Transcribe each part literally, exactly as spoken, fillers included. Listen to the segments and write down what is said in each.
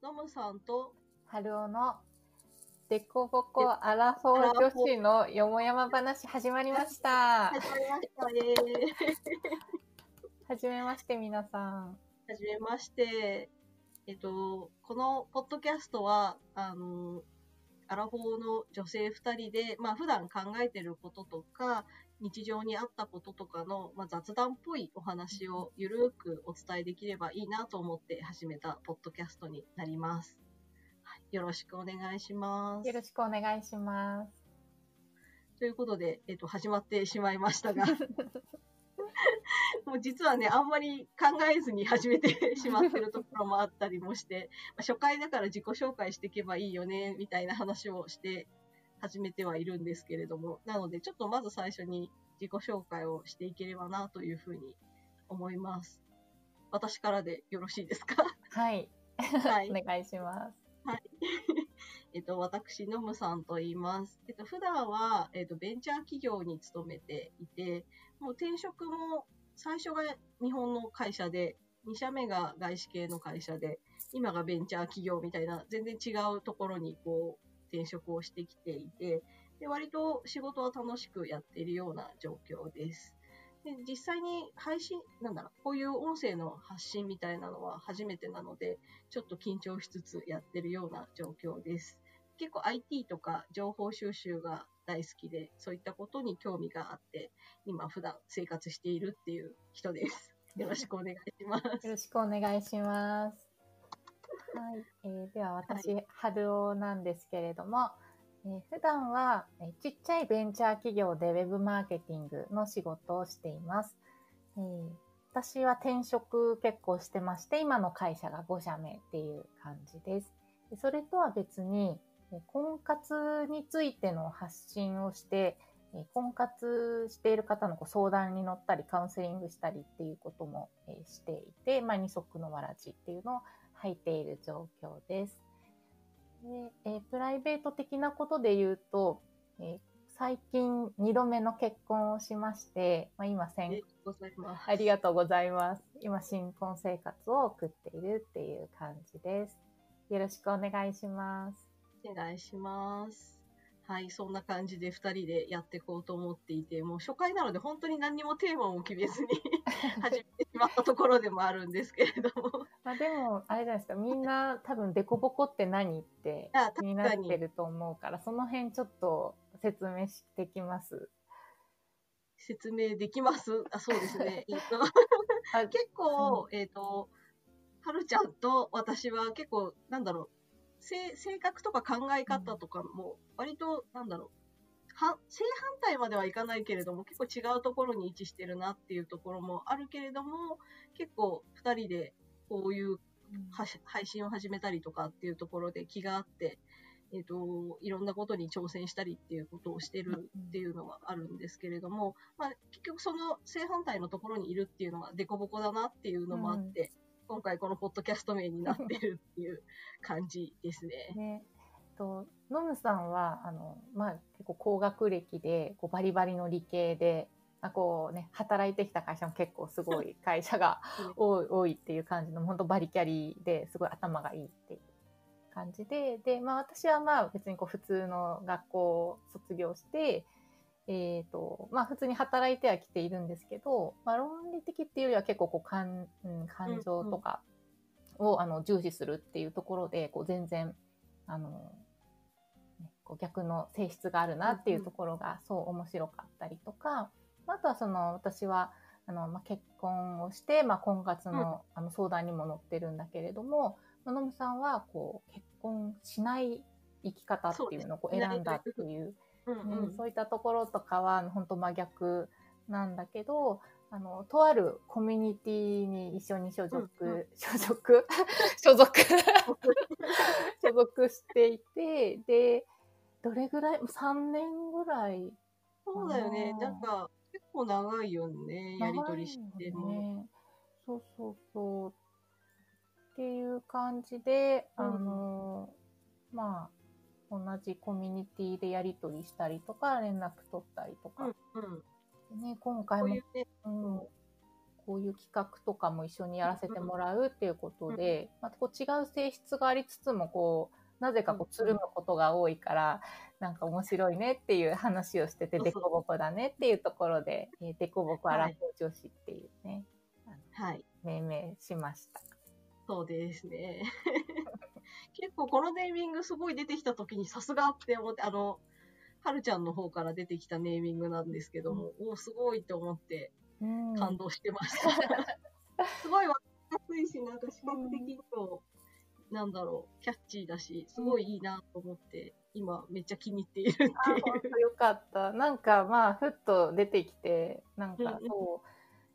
ノムさんと春尾のデコボコアラフォー女子のよもやま話始まりました。 始まりましたね。 はじめまして皆さん。 はじめまして。えっと、このポッドキャストは、あの、アラフォーの女性ふたりで、まあ普段考えてることとか、日常にあったこととかの、まあ、雑談っぽいお話をゆるくお伝えできればいいなと思って始めたポッドキャストになります。はい、よろしくお願いします。 よろしくお願いします。 ということで、えっと、始まってしまいましたが、もう実はね、あんまり考えずに始めてしまってるところもあったりもして、まあ、初回だから自己紹介していけばいいよね、みたいな話をして始めてはいるんですけれども、なのでちょっとまず最初に自己紹介をしていければなというふうに思います。私からでよろしいですか？ はい。はい、お願いします。 はい。えっと、私、ノムさんと言います。えっと、普段は、えっと、ベンチャー企業に勤めていて、もう転職も最初が日本の会社で、に社目が外資系の会社で、今がベンチャー企業みたいな、全然違うところにこう、転職をしてきていて、で、割と仕事は楽しくやっているような状況です。で、実際に配信、なんだろう、こういう音声の発信みたいなのは初めてなので、ちょっと緊張しつつやってるような状況です。結構 アイティー とか情報収集が大好きで、そういったことに興味があって、今普段生活しているっていう人です。よろしくお願いします。 よろしくお願いします。はい。えー、では私、はい、春尾なんですけれども、えー、普段は、えー、ちっちゃいベンチャー企業でウェブマーケティングの仕事をしています。えー、私は転職結構してまして、今の会社がご社目っていう感じです。でそれとは別に、婚活についての発信をして、婚活している方の相談に乗ったり、カウンセリングしたりっていうこともしていて、まあ、二足のわらじっていうのを履いている状況です。でえー、プライベート的なことで言うと、えー、最近にどめの結婚をしまして、まあ、今ありがとうございます。 ありがとうございます。今新婚生活を送っているっていう感じです。よろしくお願いします。 お願いします。はい、そんな感じでふたりでやっていこうと思っていて、もう初回なので本当に何にもテーマも決めずに始めてしまったところでもあるんですけれども。 まあでも、あれじゃないですか、みんな多分デコボコって何って気になってると思うから、その辺ちょっと説明してきます。 説明できます？あ、そうですね。えっと結構、えっと、はるちゃんと私は結構、なんだろう、性格とか考え方とかも、割と、なんだろう、は正反対まではいかないけれども、結構違うところに位置してるなっていうところもあるけれども、結構ふたりでこういう配信を始めたりとかっていうところで気があって、えっと、いろんなことに挑戦したりっていうことをしてるっていうのはあるんですけれども、まあ、結局その正反対のところにいるっていうのはデコボコだなっていうのもあって、うん、今回このポッドキャスト名になってるっていう感じですね。 ねとノムさんはあの、まあ、結構高学歴でこうバリバリの理系で、まあこうね、働いてきた会社も結構すごい会社が多い、多いっていう感じの本当バリキャリですごい頭がいいっていう感じで、で、まあ私はまあ別にこう普通の学校を卒業して、えっと、まあ普通に働いてはきているんですけど、まあ論理的っていうよりは結構こう感、うん、感情とかを、うんうん、あの重視するっていうところで、こう全然、あの、ね、こう逆の性質があるなっていうところがそう面白かったりとか、あとはその私は、あの、まあ、結婚をして、まあ婚活の、あの相談にも乗ってるんだけれども、ノムさんはこう結婚しない生き方っていうのをこう選んだっていう、うんうん、そういったところとかは本当真逆なんだけど、あのとあるコミュニティに一緒に所属、うんうん、所属所属所属していて、でどれぐらいさんねんぐらいそうだよね。なんか結構長いよね、やり取りしても、ね、 そうそうそうっていう感じで、うん、あのまあ同じコミュニティでやり取りしたりとか連絡取ったりとか、うんうんね、今回も、ういうねうん、 こういう企画とかも一緒にやらせてもらうっていうことで、まあ、こう違う性質がありつつもこうなぜかこうつるむことが多いからなんか面白いねっていう話をしてて、デコボコだねっていうところで、えー、デコボコアラフォー女子っていうね、 はい、 命名しました。 そうですね。結構このネーミングすごい出てきた時にさすがって思って、あの、はるちゃんの方から出てきたネーミングなんですけども、うん、おすごいと思って感動してました。うん、すごいわかりやすいし、なんか視覚的にも、うん、なんだろう、キャッチーだし、すごいいいなと思って、今めっちゃ気に入っているっていう。あ、 本当よかった。なんかまあ、ふっと出てきて、なんかそう、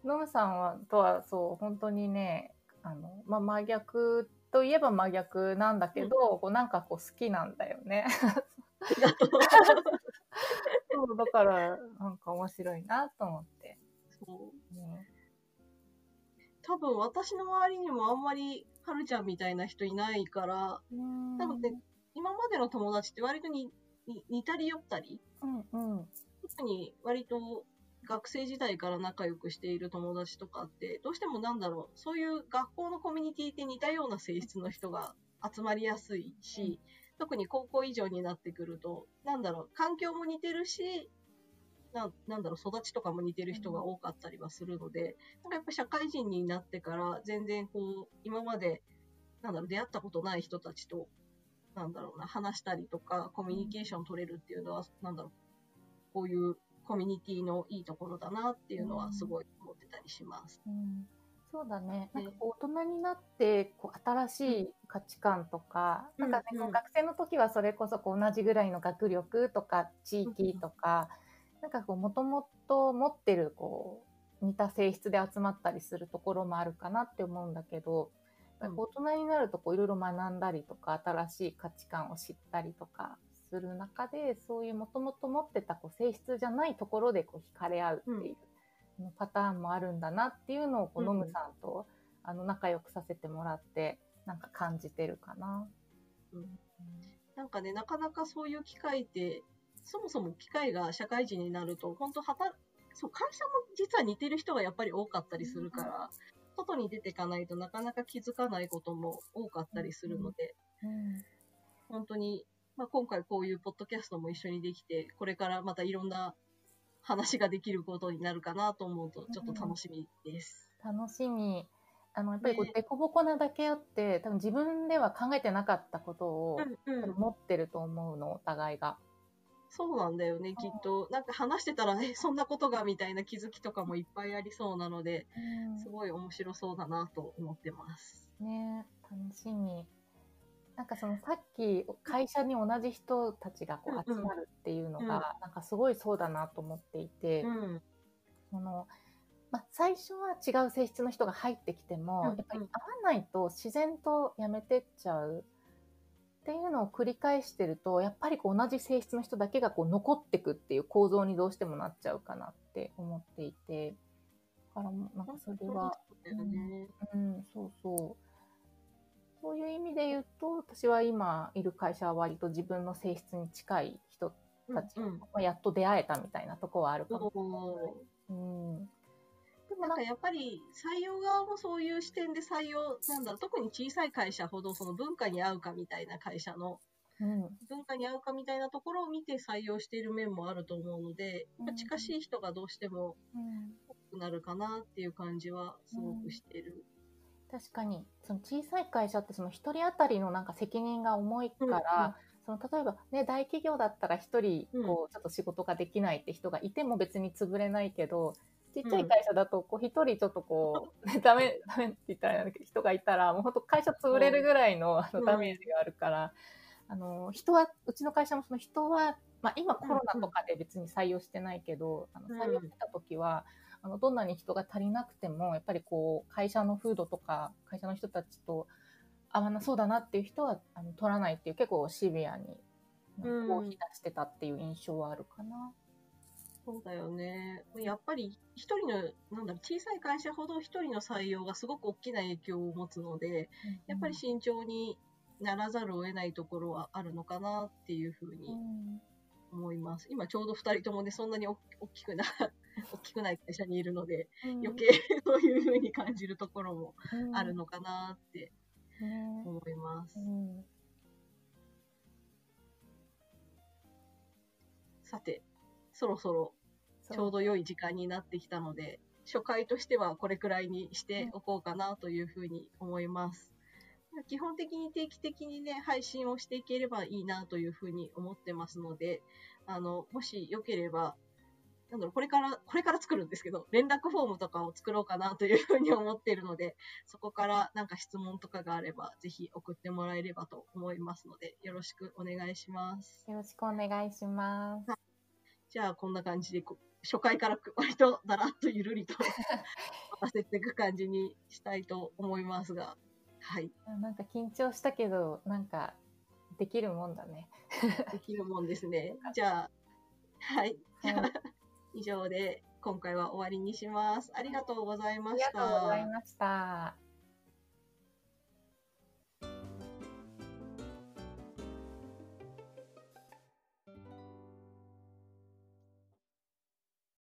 ノムさんはとはそう、本当にね、あの、まあ真逆といえば真逆なんだけど、うん、こうなんかこう好きなんだよね。 ありがとう。 そう、だからなんか面白いなと思って。 そう。 ね、 多分私の周りにもあんまりはるちゃんみたいな人いないから、多分ね、今までの友達って割とにに似たり寄ったり、うんうん、特に割と学生時代から仲良くしている友達とかって、どうしてもなんだろう、そういう学校のコミュニティって似たような性質の人が集まりやすいし、特に高校以上になってくると、なんだろう、環境も似てるし、な, なんだろう、育ちとかも似てる人が多かったりはするので、なんかやっぱ社会人になってから全然こう、今まで、なんだろう、出会ったことない人たちと、なんだろうな、話したりとか、コミュニケーション取れるっていうのは、なんだろう、こういうコミュニティのいいところだなっていうのはすごい思ってたりします。 うん、そうだね。なんかこう大人になってこう新しい価値観とか、うん、なんかね、うん、学生の時はそれこそこう同じぐらいの学力とか地域とか、うん、なんかこうもともと持ってるこう似た性質で集まったりするところもあるかなって思うんだけど、うん、大人になるとこういろいろ学んだりとか新しい価値観を知ったりとかする中で、そういうもともと持ってたこう性質じゃないところでこう惹かれ合うっていう、うん、パターンもあるんだなっていうのをこう、うん、ノムさんとあの仲良くさせてもらってなんか感じてるかな、 うん、なんかね、なかなかそういう機会ってそもそも機会が社会人になると本当はたそう会社も実は似てる人がやっぱり多かったりするから、うん、外に出ていかないとなかなか気づかないことも多かったりするので、うん、本当に、まあ、今回こういうポッドキャストも一緒にできて、これからまたいろんな話ができることになるかなと思うとちょっと楽しみです。 うん、楽しみ。あのやっぱりこうデコボコなだけあって、ね、多分自分では考えてなかったことを、うんうん、持ってると思うの、お互いが。 そうなんだよね、きっと。なんか話してたら、え、そんなことがみたいな気づきとかもいっぱいありそうなので、うん、すごい面白そうだなと思ってます。 ね、楽しみ。なんかそのさっき会社に同じ人たちがこう集まるっていうのが、うんうん、なんかすごいそうだなと思っていて、うん、そのまあ、最初は違う性質の人が入ってきても、うんうん、やっぱり合わないと自然とやめてっちゃうっていうのを繰り返してると、やっぱりこう同じ性質の人だけがこう残ってくっていう構造にどうしてもなっちゃうかなって思っていて、だからなんかそれは、うん、うん、そうそう。そういう意味で言うと、私は今いる会社は割と自分の性質に近い人たち、うんうん、まあ、やっと出会えたみたいなところはあるかもしれない。うん、 でもなんかやっぱり採用側もそういう視点で採用、なんだろう、特に小さい会社ほどその文化に合うかみたいな会社の、うん、文化に合うかみたいなところを見て採用している面もあると思うので、うん、近しい人がどうしても多くなるかなっていう感じはすごくしている。 うん、確かにその小さい会社ってその一人当たりのなんか責任が重いから、うんうん、その例えばね大企業だったら一人こうちょっと仕事ができないって人がいても別に潰れないけど、ちっちゃい会社だとこう一人ちょっとこう、うん、ダメダメみたいな人がいたらもう本当会社潰れるぐらいの、あのダメージがあるから、うん、あの人はうちの会社もその人は、まあ、今コロナとかで別に採用してないけど、うん、あの採用してた時はあのどんなに人が足りなくてもやっぱりこう会社の風土とか会社の人たちと合わなそうだなっていう人はあの取らないっていう結構シビアにこう引き出してたっていう印象はあるかな。 そうだよね。やっぱり一人の、なんだろう、小さい会社ほど一人の採用がすごく大きな影響を持つので、うんうん、やっぱり慎重にならざるを得ないところはあるのかなっていうふうに思います。うん、今ちょうど二人ともね、そんなに大きくな大きくない会社にいるので、 うん余計そういう風に感じるところもあるのかなってね思います。 うんさて、そろそろちょうど良い時間になってきたので、初回としてはこれくらいにしておこうかなというふうに思います。基本的に定期的にね、配信をしていければいいなというふうに思ってますので、あの、もしよければ、なんだろう、これから、これから作るんですけど、連絡フォームとかを作ろうかなというふうに思っているので、そこからなんか質問とかがあれば、ぜひ送ってもらえればと思いますので、よろしくお願いします。 よろしくお願いします。 じゃあ、こんな感じで、初回から割とだらっとゆるりと任せていく感じにしたいと思いますが、はい。 なんか緊張したけど、なんかできるもんだね。 できるもんですね。じゃあ、はい。じゃあ、以上で今回は終わりにします。ありがとうございました。 ありがとうございました。